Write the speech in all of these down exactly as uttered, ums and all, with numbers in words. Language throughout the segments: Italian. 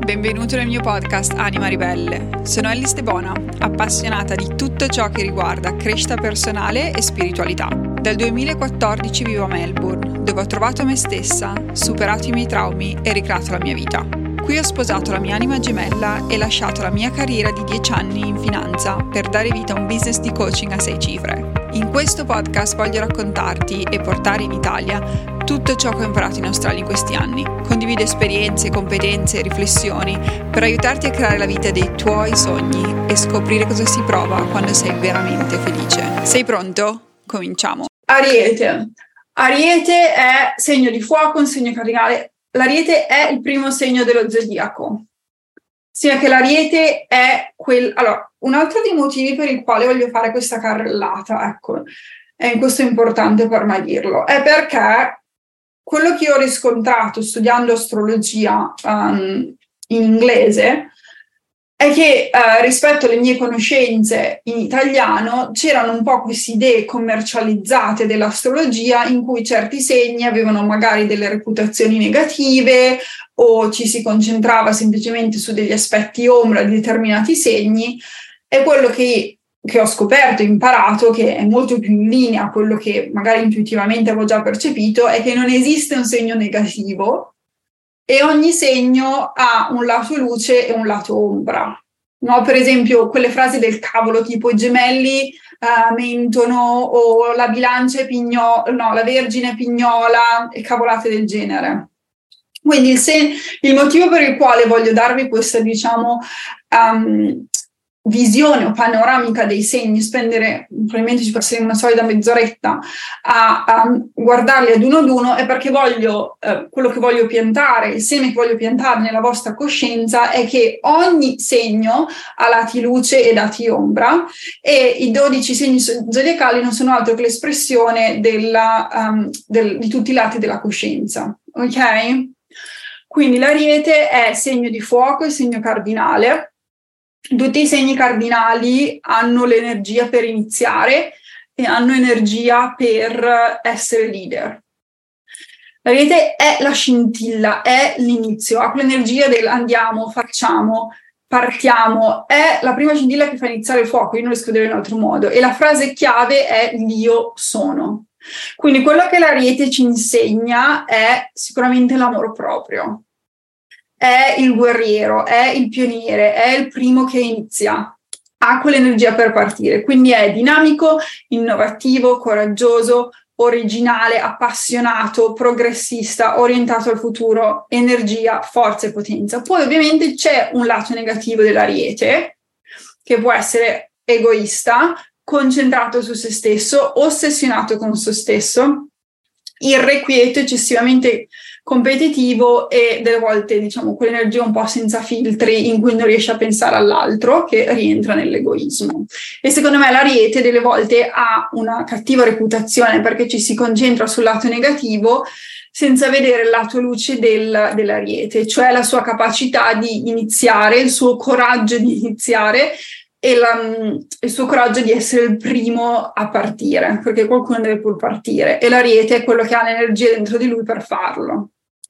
benvenuto nel mio podcast Anima Ribelle. Sono Alice De Bona, appassionata di tutto ciò che riguarda crescita personale e spiritualità. Dal duemilaquattordici vivo a Melbourne, dove ho trovato me stessa, superato i miei traumi e ricreato la mia vita. Qui ho sposato la mia anima gemella e lasciato la mia carriera di dieci anni in finanza per dare vita a un business di coaching a sei cifre. In questo podcast voglio raccontarti e portare in Italia tutto ciò che ho imparato in Australia in questi anni. Condivido esperienze, competenze e riflessioni per aiutarti a creare la vita dei tuoi sogni e scoprire cosa si prova quando sei veramente felice. Sei pronto? Cominciamo. Ariete. Ariete è segno di fuoco, un segno cardinale. L'Ariete è il primo segno dello zodiaco. Sia che l'Ariete è quel... Allora, un altro dei motivi per il quale voglio fare questa carrellata, ecco, e questo è importante per me dirlo, è perché quello che io ho riscontrato studiando astrologia um, in inglese è che uh, rispetto alle mie conoscenze in italiano c'erano un po' queste idee commercializzate dell'astrologia in cui certi segni avevano magari delle reputazioni negative o ci si concentrava semplicemente su degli aspetti ombra di determinati segni, e quello che, che ho scoperto e imparato, che è molto più in linea a quello che magari intuitivamente avevo già percepito, è che non esiste un segno negativo e ogni segno ha un lato luce e un lato ombra. No? Per esempio, quelle frasi del cavolo tipo i gemelli uh, mentono o la bilancia è pignola, no, la vergine è pignola e cavolate del genere. Quindi il, sen- il motivo per il quale voglio darvi questa, diciamo, um, visione o panoramica dei segni, spendere, probabilmente ci passeremo una solida mezz'oretta a, a guardarli ad uno ad uno, è perché voglio, eh, quello che voglio piantare, il seme che voglio piantare nella vostra coscienza è che ogni segno ha lati luce e lati ombra, e i dodici segni zodiacali non sono altro che l'espressione della, um, del, di tutti i lati della coscienza, ok? Quindi l'Ariete è segno di fuoco e segno cardinale. Tutti i segni cardinali hanno l'energia per iniziare e hanno energia per essere leader. L'Ariete è la scintilla, è l'inizio, ha quell'energia del andiamo, facciamo, partiamo, è la prima scintilla che fa iniziare il fuoco, io non riesco a dire in altro modo, e la frase chiave è l'io sono. Quindi quello che l'Ariete ci insegna è sicuramente l'amor proprio. È il guerriero, è il pioniere, è il primo che inizia, ha quell'energia per partire, quindi è dinamico, innovativo, coraggioso, originale, appassionato, progressista, orientato al futuro, energia, forza e potenza. Poi ovviamente c'è un lato negativo dell'Ariete, che può essere egoista, concentrato su se stesso, ossessionato con se stesso, irrequieto, eccessivamente competitivo e delle volte, diciamo, quell'energia un po' senza filtri in cui non riesce a pensare all'altro, che rientra nell'egoismo. E secondo me l'Ariete delle volte ha una cattiva reputazione perché ci si concentra sul lato negativo senza vedere il lato luce del, dell'Ariete, cioè la sua capacità di iniziare, il suo coraggio di iniziare e la, il suo coraggio di essere il primo a partire, perché qualcuno deve pur partire, e l'Ariete è quello che ha l'energia dentro di lui per farlo.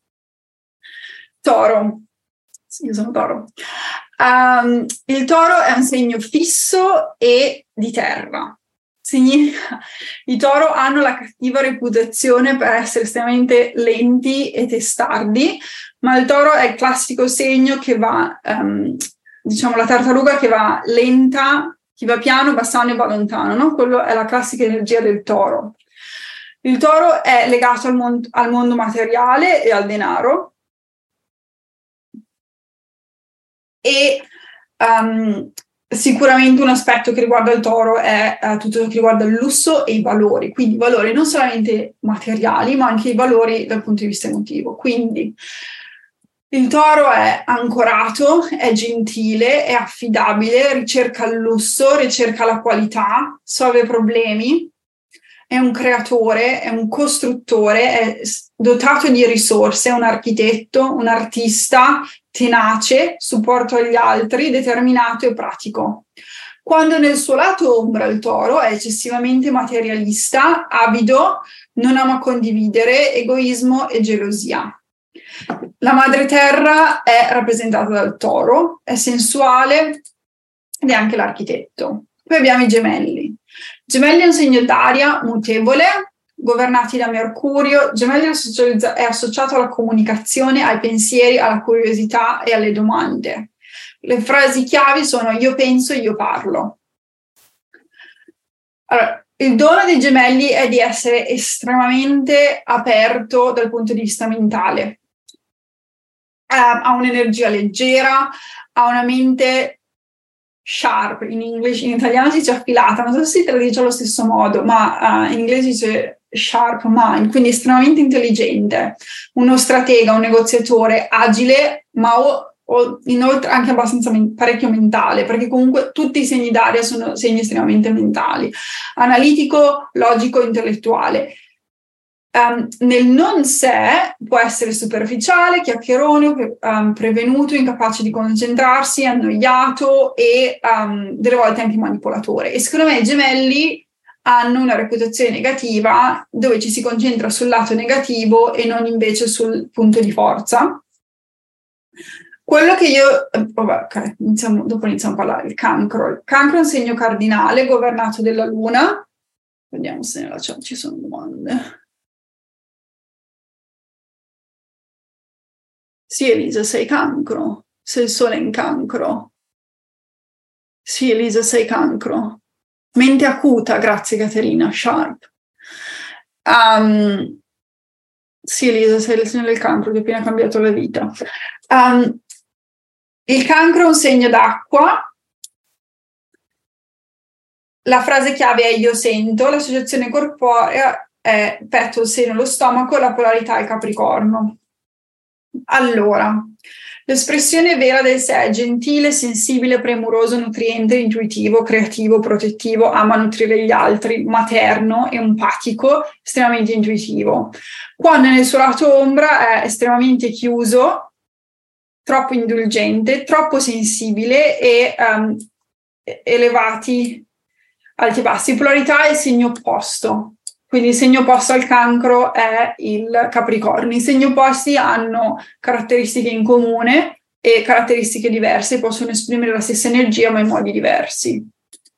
Toro, io sono Toro. Um, il Toro è un segno fisso e di terra. Significa, i Toro hanno la cattiva reputazione per essere estremamente lenti e testardi, ma il Toro è il classico segno che va, um, diciamo la tartaruga che va lenta, chi va piano, va sano e va lontano, no? Quello è la classica energia del Toro. Il Toro è legato al, mon- al mondo materiale e al denaro, e um, sicuramente un aspetto che riguarda il Toro è uh, tutto ciò che riguarda il lusso e i valori, quindi i valori non solamente materiali ma anche i valori dal punto di vista emotivo. Quindi il Toro è ancorato, è gentile, è affidabile, ricerca il lusso, ricerca la qualità, risolve problemi, è un creatore, è un costruttore, è dotato di risorse, è un architetto, un artista, tenace, supporto agli altri, determinato e pratico. Quando nel suo lato ombra il Toro è eccessivamente materialista, avido, non ama condividere, egoismo e gelosia. La madre terra è rappresentata dal toro, è sensuale ed è anche l'architetto. Poi abbiamo i gemelli. Gemelli è un segno d'aria mutevole, governati da Mercurio. Gemelli è associato alla comunicazione, ai pensieri, alla curiosità e alle domande. Le frasi chiavi sono io penso, io parlo. Allora, il dono dei gemelli è di essere estremamente aperto dal punto di vista mentale. Uh, ha un'energia leggera, ha una mente sharp, in, English, in italiano si dice affilata, non so se si traduce allo stesso modo, ma uh, in inglese si dice sharp mind, quindi estremamente intelligente, uno stratega, un negoziatore agile, ma o, o inoltre anche abbastanza men- parecchio mentale, perché comunque tutti i segni d'aria sono segni estremamente mentali, analitico, logico, intellettuale. Um, nel non sé può essere superficiale, chiacchierone, pre- um, prevenuto, incapace di concentrarsi, annoiato e um, delle volte anche manipolatore. E secondo me i gemelli hanno una reputazione negativa dove ci si concentra sul lato negativo e non invece sul punto di forza. Quello che io... Oh, ok, iniziamo, dopo iniziamo a parlare. Il cancro. Il cancro è un segno cardinale governato dalla luna. Vediamo se nella chat ci sono domande. Sì, Elisa, sei cancro. Sei il sole in cancro. Sì, Elisa, sei cancro. Mente acuta, grazie Caterina, sharp. Um, sì, Elisa, sei il segno del cancro, ti ho appena cambiato la vita. Um, il cancro è un segno d'acqua. La frase chiave è io sento, l'associazione corporea è petto, seno, lo stomaco, la polarità è capricorno. Allora, l'espressione vera del sé è gentile, sensibile, premuroso, nutriente, intuitivo, creativo, protettivo, ama nutrire gli altri, materno, empatico, estremamente intuitivo. Quando nel suo lato ombra è estremamente chiuso, troppo indulgente, troppo sensibile e um, elevati, alti e bassi. Polarità è il segno opposto. Quindi il segno opposto al cancro è il Capricorno. I segni opposti hanno caratteristiche in comune e caratteristiche diverse, possono esprimere la stessa energia ma in modi diversi.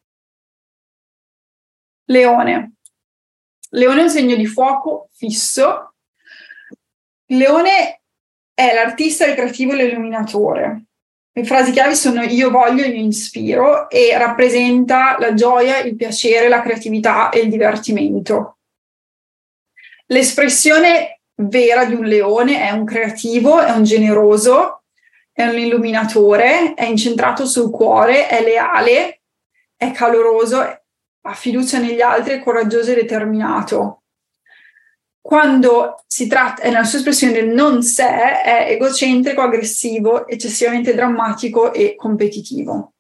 Leone. Leone è un segno di fuoco fisso. Il leone è l'artista, il creativo e l'illuminatore. Le frasi chiavi sono io voglio, io ispiro e rappresenta la gioia, il piacere, la creatività e il divertimento. L'espressione vera di un leone è un creativo, è un generoso, è un illuminatore, è incentrato sul cuore, è leale, è caloroso, ha fiducia negli altri, è coraggioso e determinato. Quando si tratta, è nella sua espressione del non sé, è egocentrico, aggressivo, eccessivamente drammatico e competitivo.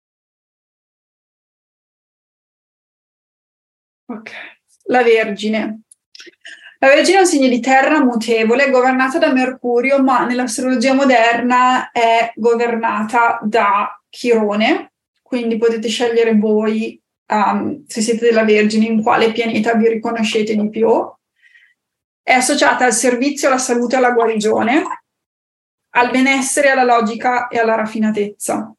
Ok. La Vergine. La Vergine è un segno di terra mutevole, governata da Mercurio, ma nell'astrologia moderna è governata da Chirone, quindi potete scegliere voi, um, se siete della Vergine, in quale pianeta vi riconoscete di più. È associata al servizio, alla salute e alla guarigione, al benessere, alla logica e alla raffinatezza.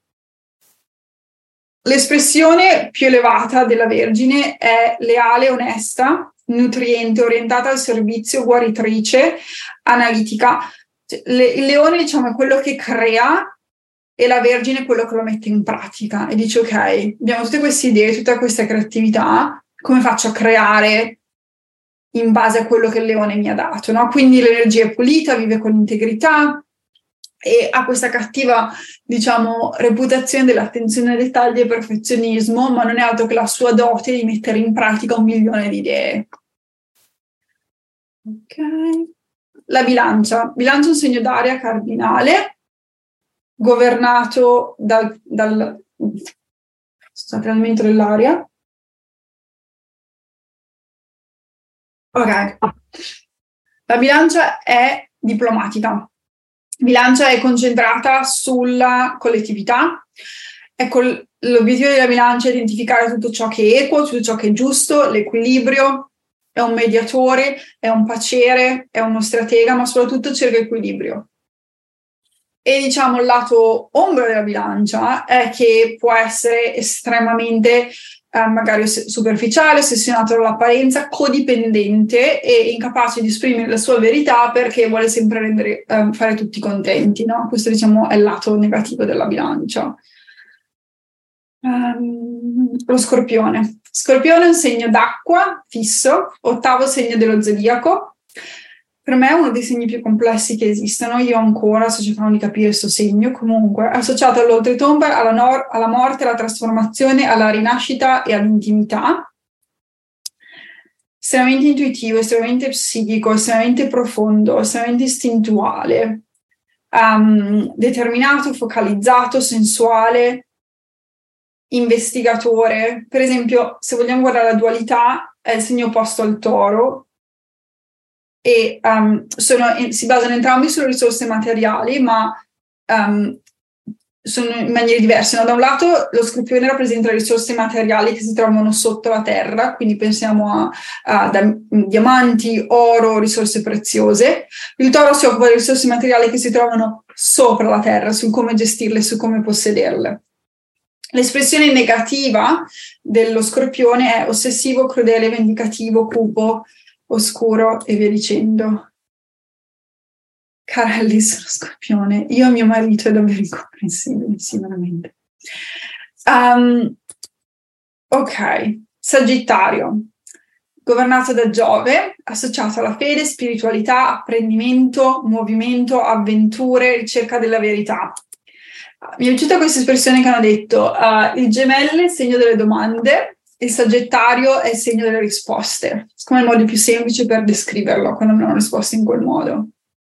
L'espressione più elevata della Vergine è leale, onesta, nutriente, orientata al servizio, guaritrice, analitica. Le, il leone, diciamo, è quello che crea e la Vergine è quello che lo mette in pratica e dice ok, abbiamo tutte queste idee, tutta questa creatività, come faccio a creare in base a quello che il leone mi ha dato, no? Quindi l'energia è pulita, vive con integrità e ha questa cattiva, diciamo, reputazione dell'attenzione ai dettagli e perfezionismo, ma non è altro che la sua dote di mettere in pratica un milione di idee. Ok. La bilancia. Bilancia è un segno d'aria cardinale, governato dal, dal scusate, elemento dell'aria. Ok. La bilancia è diplomatica. Bilancia è concentrata sulla collettività. Ecco, l'obiettivo della bilancia è identificare tutto ciò che è equo, tutto ciò che è giusto, l'equilibrio, è un mediatore, è un paciere, è uno stratega, ma soprattutto cerca equilibrio. E diciamo il lato ombra della bilancia è che può essere estremamente eh, magari superficiale, ossessionato dall'apparenza, codipendente e incapace di esprimere la sua verità perché vuole sempre rendere, eh, fare tutti contenti, no? Questo diciamo è il lato negativo della bilancia. Um, lo scorpione. Scorpione è un segno d'acqua fisso, ottavo segno dello zodiaco. Per me è uno dei segni più complessi che esistono. Io ancora sto cercando di capire questo segno. Comunque è associato all'oltretomba, alla, nor- alla morte, alla trasformazione, alla rinascita e all'intimità. Estremamente intuitivo, estremamente psichico, estremamente profondo, estremamente istintuale, um, determinato, focalizzato, sensuale, investigatore. Per esempio, se vogliamo guardare la dualità, è il segno opposto al toro e um, sono, si basano entrambi sulle risorse materiali, ma um, sono in maniere diverse. No? Da un lato lo scorpione rappresenta le risorse materiali che si trovano sotto la terra, quindi pensiamo a, a, a diamanti, oro, risorse preziose. Il toro si occupa delle risorse materiali che si trovano sopra la terra, su come gestirle, su come possederle. L'espressione negativa dello scorpione è ossessivo, crudele, vendicativo, cupo, oscuro e via dicendo. Carellis, lo scorpione. Io e mio marito è davvero incomprensibile, sì, veramente. Um, ok, Sagittario. Governato da Giove, associato alla fede, spiritualità, apprendimento, movimento, avventure, ricerca della verità. Mi è piaciuta questa espressione che hanno detto, uh, il gemelle è il segno delle domande, il Sagittario è il segno delle risposte. Secondo me è il modo più semplice per descriverlo, quando non ho risposte in quel modo.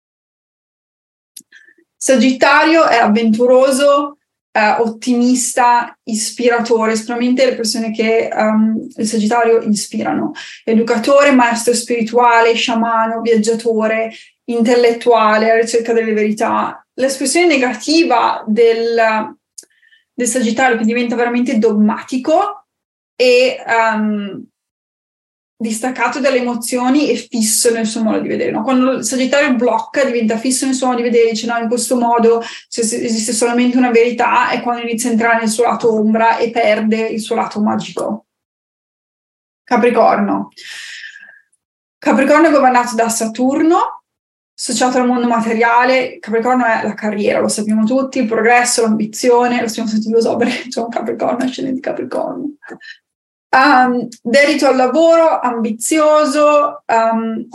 Sagittario è avventuroso, eh, ottimista, ispiratore, sicuramente le persone che um, il Sagittario ispirano. Educatore, maestro spirituale, sciamano, viaggiatore, intellettuale, alla ricerca delle verità. L'espressione negativa del, del Sagittario che diventa veramente dogmatico e um, distaccato dalle emozioni e fisso nel suo modo di vedere. No? Quando il Sagittario blocca, diventa fisso nel suo modo di vedere, dice no, in questo modo cioè, esiste solamente una verità, è quando inizia a entrare nel suo lato ombra e perde il suo lato magico. Capricorno. Capricorno è governato da Saturno, associato al mondo materiale. Capricorno è la carriera, lo sappiamo tutti, il progresso, l'ambizione, lo sappiamo tutti, lo so perché c'è un Capricorno, ascendente Capricorno. Um, dedito al lavoro, ambizioso, um,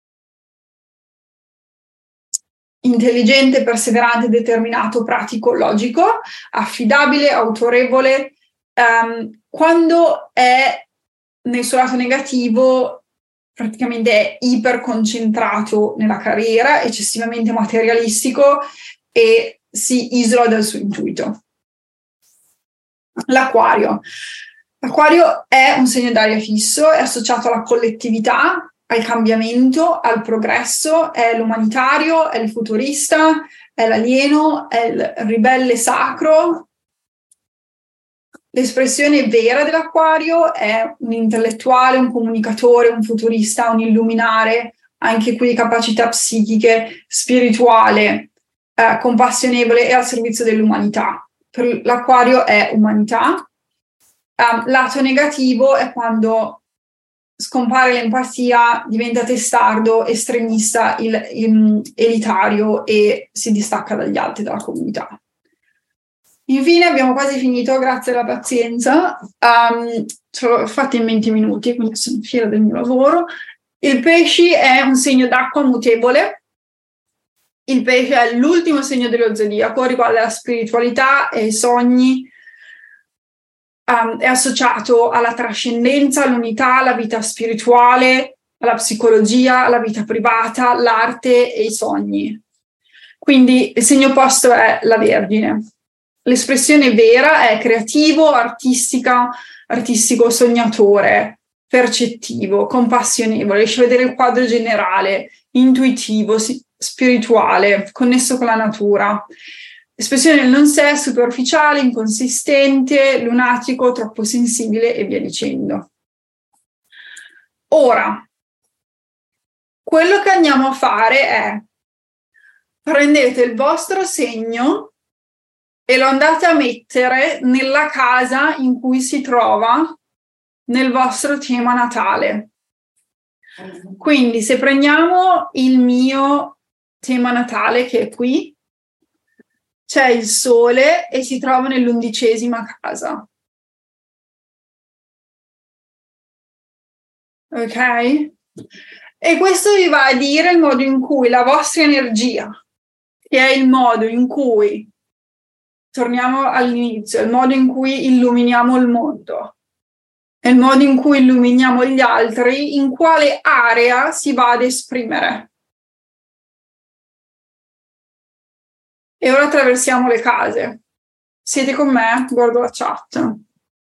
intelligente, perseverante, determinato, pratico, logico, affidabile, autorevole. Um, quando è nel suo lato negativo, praticamente è iperconcentrato nella carriera, eccessivamente materialistico e si isola dal suo intuito. L'Acquario. L'Acquario è un segno d'aria fisso, è associato alla collettività, al cambiamento, al progresso, è l'umanitario, è il futurista, è l'alieno, è il ribelle sacro. L'espressione vera dell'Acquario è un intellettuale, un comunicatore, un futurista, un illuminare, anche qui capacità psichiche, spirituale, eh, compassionevole e al servizio dell'umanità. Per l'Acquario è umanità. Um, lato negativo è quando scompare l'empatia, diventa testardo, estremista, il, il, elitario e si distacca dagli altri, dalla comunità. Infine abbiamo quasi finito, grazie alla pazienza. Um, ce l'ho fatta in venti minuti, quindi sono fiera del mio lavoro. Il pesci è un segno d'acqua mutevole. Il pesce è l'ultimo segno dello zodiaco, riguarda la spiritualità e i sogni. Um, è associato alla trascendenza, all'unità, alla vita spirituale, alla psicologia, alla vita privata, l'arte e i sogni. Quindi il segno opposto è la Vergine. L'espressione vera è creativo, artistica, artistico, sognatore, percettivo, compassionevole, riesce a vedere il quadro generale, intuitivo, spirituale, connesso con la natura. Espressione del non sé, superficiale, inconsistente, lunatico, troppo sensibile e via dicendo. Ora, quello che andiamo a fare è prendete il vostro segno e lo andate a mettere nella casa in cui si trova nel vostro tema natale. Quindi se prendiamo il mio tema natale che è qui, c'è il sole e si trova nell'undicesima casa. Ok? E questo vi va a dire il modo in cui la vostra energia, che è il modo in cui, torniamo all'inizio, il modo in cui illuminiamo il mondo, è il modo in cui illuminiamo gli altri, in quale area si va ad esprimere. E ora attraversiamo le case. Siete con me? Guardo la chat.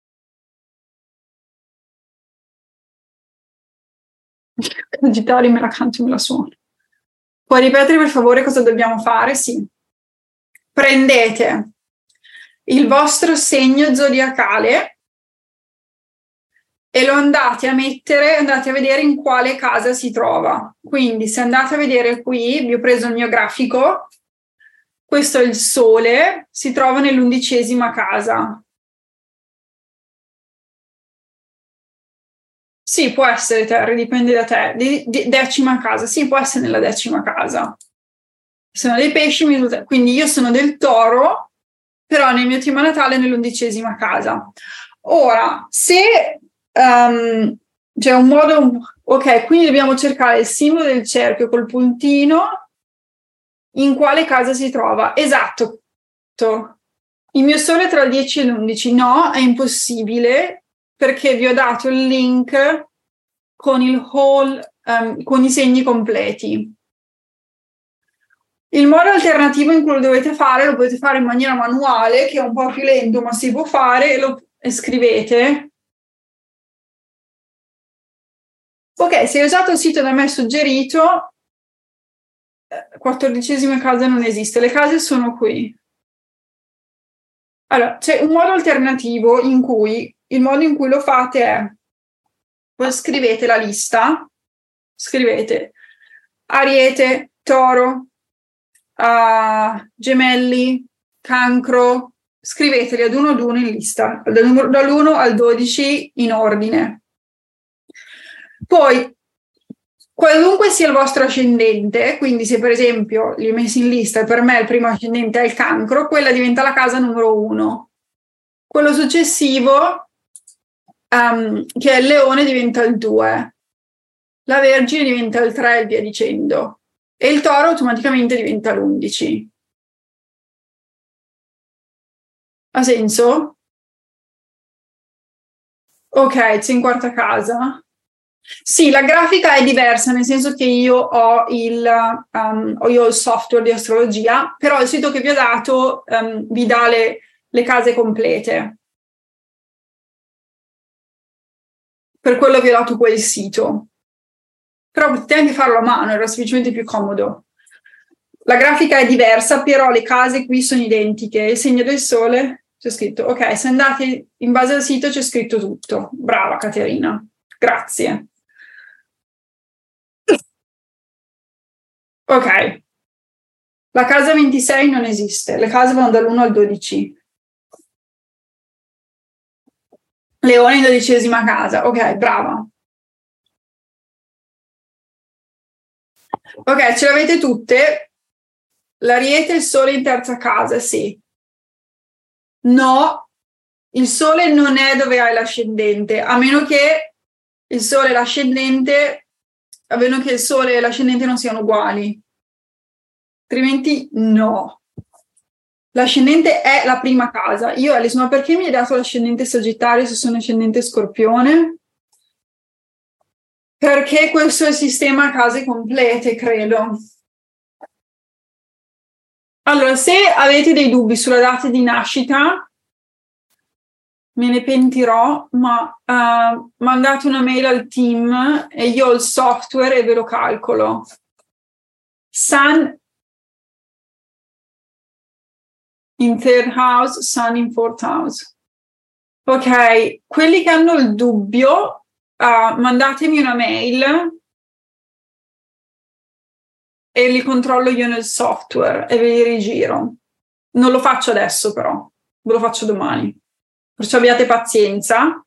Digitali me la canto e me la suono. Puoi ripetere per favore cosa dobbiamo fare? Sì. Prendete il vostro segno zodiacale e lo andate a mettere, andate a vedere in quale casa si trova. Quindi se andate a vedere qui, vi ho preso il mio grafico, questo è il sole, si trova nell'undicesima casa. Sì, può essere Terry, dipende da te. De- de- decima casa, sì, può essere nella decima casa. Sono dei pesci, quindi io sono del toro, però nel mio tema natale è nell'undicesima casa. Ora, se um, c'è un modo, ok, quindi dobbiamo cercare il simbolo del cerchio col puntino, in quale casa si trova. Esatto. Il mio sole è tra il dieci e l'undici. No, è impossibile, perché vi ho dato il link con il whole, um, con i segni completi. Il modo alternativo in cui lo dovete fare, lo potete fare in maniera manuale, che è un po' più lento, ma si può fare, e lo e scrivete. Ok, se hai usato il sito da me suggerito, quattordicesima casa non esiste, le case sono qui. Allora, c'è un modo alternativo in cui, il modo in cui lo fate è, voi scrivete la lista, scrivete Ariete, Toro, uh, Gemelli, Cancro, scriveteli ad uno ad uno in lista, dall'uno al dodici in ordine. Poi, qualunque sia il vostro ascendente, quindi se per esempio li ho messi in lista e per me il primo ascendente è il Cancro, quella diventa la casa numero uno. Quello successivo, um, che è il Leone, diventa il due. La Vergine diventa il tre e via dicendo. E il Toro automaticamente diventa l'undici. Ha senso? Ok, c'è in quarta casa. Sì, la grafica è diversa, nel senso che io ho il, um, ho io il software di astrologia, però il sito che vi ho dato um, vi dà le, le case complete. Per quello vi ho dato quel sito. Però potete anche farlo a mano, era semplicemente più comodo. La grafica è diversa, però le case qui sono identiche. Il segno del sole c'è scritto. Ok, se andate in base al sito c'è scritto tutto. Brava Caterina, grazie. Ok, la casa ventisei non esiste, le case vanno dall'uno al dodici. Leone in dodicesima casa, ok, brava. Ok, ce l'avete tutte? L'Ariete e il Sole in terza casa, sì. No, il Sole non è dove hai l'ascendente, a meno che il Sole e l'ascendente, a meno che il Sole e l'ascendente non siano uguali. Altrimenti no. L'ascendente è la prima casa. Io, Alice, ma perché mi hai dato l'ascendente Sagittario se sono ascendente Scorpione? Perché questo è il sistema a case complete, credo. Allora, se avete dei dubbi sulla data di nascita, me ne pentirò, ma uh, mandate una mail al team e io ho il software e ve lo calcolo. Sun in third house, Sun in fourth house. Ok, quelli che hanno il dubbio, uh, mandatemi una mail e li controllo io nel software e ve li rigiro. Non lo faccio adesso però, ve lo faccio domani. Perciò abbiate pazienza.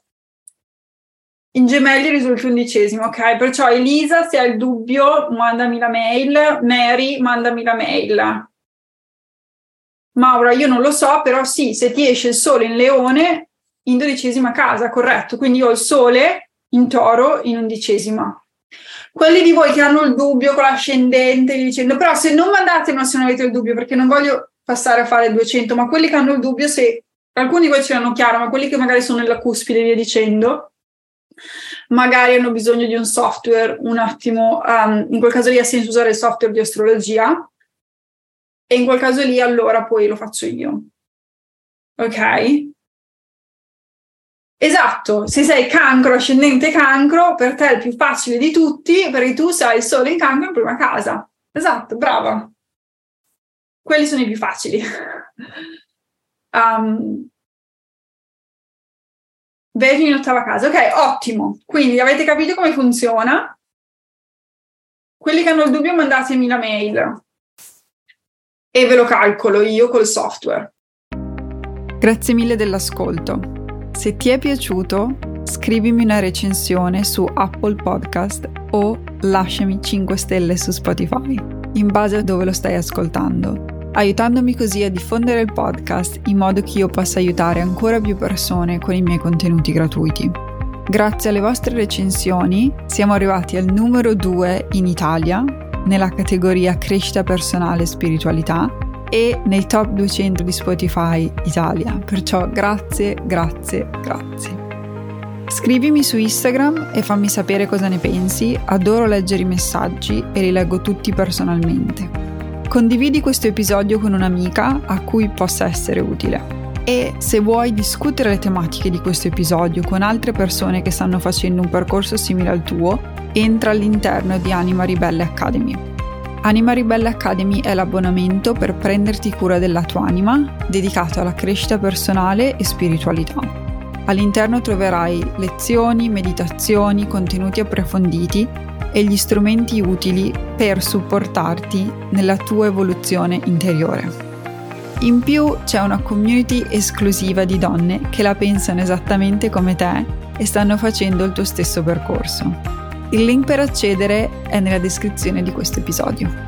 In gemelli risulta undicesimo, ok? Perciò Elisa, se hai il dubbio, mandami la mail. Mary, mandami la mail. Maura, io non lo so, però sì, se ti esce il sole in Leone, in dodicesima casa, corretto. Quindi io ho il sole in Toro in undicesima. Quelli di voi che hanno il dubbio con l'ascendente, dicendo, però se non mandatemi se non avete il dubbio, perché non voglio passare a fare duecento, ma quelli che hanno il dubbio, se alcuni di voi ce l'hanno chiaro, ma quelli che magari sono nella cuspide, via dicendo, magari hanno bisogno di un software un attimo, um, in quel caso lì ha senso usare il software di astrologia, e in quel caso lì allora poi lo faccio io. Ok? Esatto, se sei cancro, ascendente cancro, per te è il più facile di tutti, perché tu sai il sole in cancro in prima casa. Esatto, brava. Quelli sono i più facili. um, Vergine in ottava casa. Ok, ottimo. Quindi avete capito come funziona? Quelli che hanno il dubbio mandatemi la mail e ve lo calcolo io col software. Grazie mille dell'ascolto. Se ti è piaciuto, scrivimi una recensione su Apple Podcast o lasciami cinque stelle su Spotify, in base a dove lo stai ascoltando, aiutandomi così a diffondere il podcast in modo che io possa aiutare ancora più persone con i miei contenuti gratuiti. Grazie alle vostre recensioni siamo arrivati al numero due in Italia nella categoria crescita personale e spiritualità e nei top duecento di Spotify Italia, perciò grazie, grazie, grazie. Scrivimi su Instagram e fammi sapere cosa ne pensi, adoro leggere i messaggi e li leggo tutti personalmente. Condividi questo episodio con un'amica a cui possa essere utile. E se vuoi discutere le tematiche di questo episodio con altre persone che stanno facendo un percorso simile al tuo, entra all'interno di Anima Ribelle Academy. Anima Ribelle Academy è l'abbonamento per prenderti cura della tua anima, dedicato alla crescita personale e spiritualità. All'interno troverai lezioni, meditazioni, contenuti approfonditi e gli strumenti utili per supportarti nella tua evoluzione interiore. In più c'è una community esclusiva di donne che la pensano esattamente come te e stanno facendo il tuo stesso percorso. Il link per accedere è nella descrizione di questo episodio.